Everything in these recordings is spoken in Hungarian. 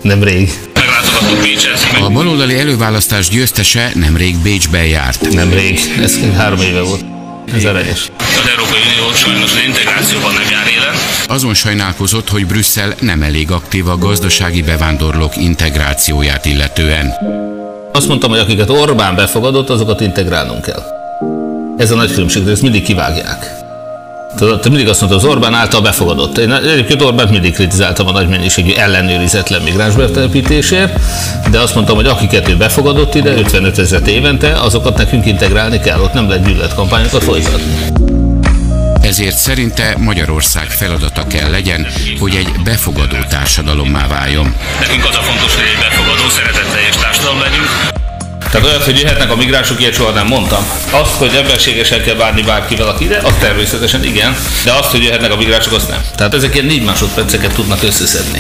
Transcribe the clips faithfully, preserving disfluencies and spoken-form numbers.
Nemrég. Meglátogattuk Bécset. A baloldali előválasztás győztese nemrég Bécsben járt. Nemrég, ez három éve volt. Ez eredjes. Az Európai Unió sajnos az integrációban nem jár élen. Azon sajnálkozott, hogy Brüsszel nem elég aktív a gazdasági bevándorlók integrációját illetően. Azt mondtam, hogy akiket Orbán befogadott, azokat integrálnunk kell. Ez a nagy különbség, de ezt mindig kivágják. Tudod, te mindig azt mondta, az Orbán által befogadott. Én egyébként Orbánt mindig kritizáltam a nagy mennyiségű ellenőrizetlen migráns betelepítésért, de azt mondtam, hogy akiket ő befogadott ide, ötvenöt ezret évente, azokat nekünk integrálni kell, ott nem lehet gyűlöletkampányokat folytatni. Ezért szerinte Magyarország feladata kell legyen, hogy egy befogadó társadalommá váljon. Nekünk az a fontos, hogy egy befogadó, szeretetteljes társadalom legyünk. Tehát olyat, hogy jöhetnek a migránsok, ilyet soha nem mondtam. Azt, hogy emberségesen kell bánni bárkivel, aki ide, az természetesen igen, de azt, hogy jöhetnek a migránsok, azt nem. Tehát ezek ilyen négy másodperceket tudnak összeszedni.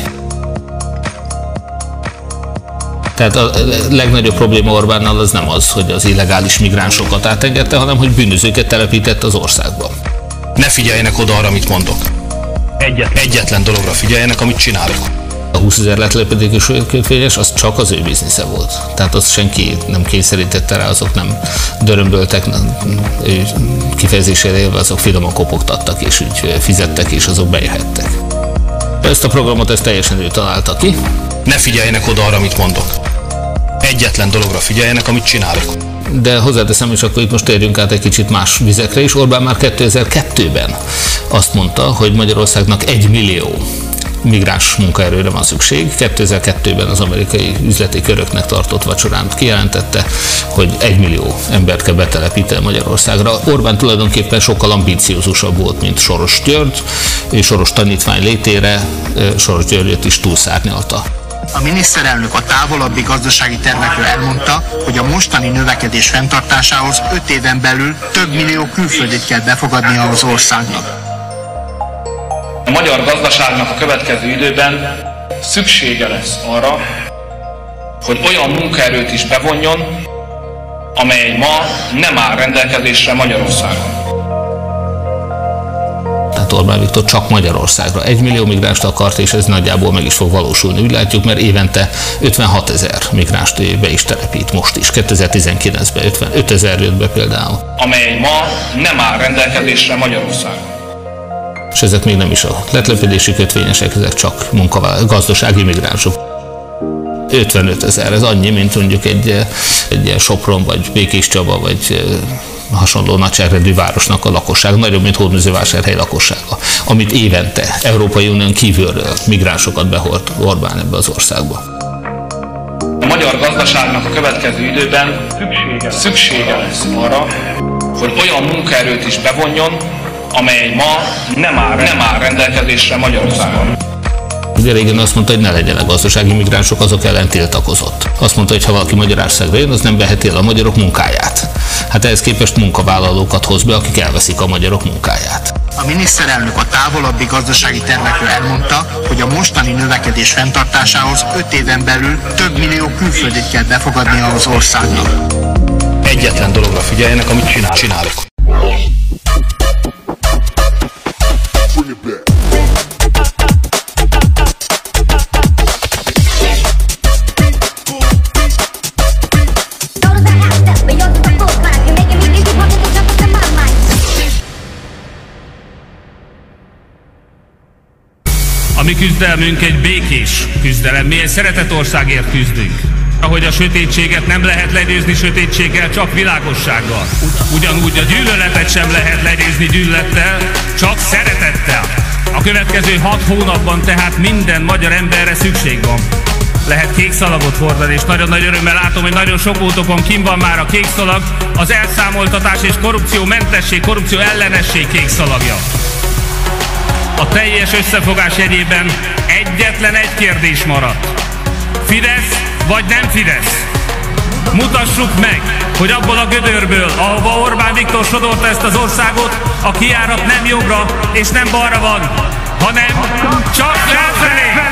Tehát a legnagyobb probléma Orbánnal az nem az, hogy az illegális migránsokat átengedte, hanem hogy bűnözőket telepített az országban. Ne figyeljenek oda arra, amit mondok. Egyetlen, Egyetlen dologra figyeljenek, amit csinálok. A húszezer letelepedés kötvényes, az csak az ő biznisze volt. Tehát azt senki nem kényszerítette rá, azok nem dörömböltek, nem, ő kifejezésére élve azok finoman kopogtattak, és úgy fizettek, és azok bejöhettek. Ezt a programot ezt teljesen ő találta ki. Ne figyeljenek oda arra, amit mondok. Egyetlen dologra figyeljenek, amit csinálok. De hozzáteszem, és akkor itt most térjünk át egy kicsit más vizekre is. Orbán már kétezer-kettőben azt mondta, hogy Magyarországnak egy millió migráns munkaerőre van szükség. kétezer-kettőben az amerikai üzleti köröknek tartott vacsorán kijelentette, hogy egy millió embert kell betelepíteni Magyarországra. Orbán tulajdonképpen sokkal ambiciózusabb volt, mint Soros György, és Soros tanítvány létére Soros Györgyöt is túlszárnyalta. A miniszterelnök a távolabbi gazdasági tervekről elmondta, hogy a mostani növekedés fenntartásához öt éven belül több millió külföldit kell befogadnia az országnak. A magyar gazdaságnak a következő időben szüksége lesz arra, hogy olyan munkaerőt is bevonjon, amely ma nem áll rendelkezésre Magyarországon. Tehát Orbán Viktor csak Magyarországra egy millió migránst akart, és ez nagyjából meg is fog valósulni. Úgy látjuk, mert évente ötvenhat ezer migránst be is telepít most is. kétezer-tizenkilencben ötvenöt ezer jött be például. Amely ma nem áll rendelkezésre Magyarországon. És ezek még nem is a letelepedési kötvényesek, ezek csak munkavállalók, gazdasági migránsok. ötvenöt ezer, ez annyi, mint mondjuk egy, egy Sopron, vagy Békéscsaba, vagy hasonló nagyságrendű városnak a lakosság, nagyobb, mint Hódmezővásárhely lakossága, amit évente Európai Unión kívülről migránsokat behord Orbán ebbe az országba. A magyar gazdaságnak a következő időben szüksége, szüksége lesz arra, hogy olyan munkaerőt is bevonjon, amely ma nem áll, nem áll rendelkezésre Magyarországon. Ugye régen azt mondta, hogy ne legyenek gazdasági migránsok, azok ellen tiltakozott. Azt mondta, hogy ha valaki Magyarországra jön, az nem veheti el a magyarok munkáját. Hát ehhez képest munkavállalókat hoz be, akik elveszik a magyarok munkáját. A miniszterelnök a távolabbi gazdasági tervekről elmondta, hogy a mostani növekedés fenntartásához öt éven belül több millió külföldit kell befogadnia az országnak. Egyetlen dologra figyeljenek, amit csinál, csinálok. A mi küzdelmünk egy békés küzdelem, mi egy szeretett országért küzdünk. Ahogy a sötétséget nem lehet legyőzni sötétséggel, csak világossággal. Ugyanúgy a gyűlöletet sem lehet legyőzni gyűlölettel, csak szeretettel. A következő hat hónapban tehát minden magyar emberre szükség van. Lehet kék szalagot hordani, és nagyon nagy örömmel látom, hogy nagyon sok útokon kint van már a kék szalag, az elszámoltatás és korrupció mentesség, korrupció ellenesség kék szalagja. A teljes összefogás jegyében egyetlen egy kérdés maradt. Fidesz vagy nem Fidesz? Mutassuk meg, hogy abból a gödörből, ahova Orbán Viktor sodorta ezt az országot, a kijárat nem jobbra és nem balra van, hanem csak felfelé!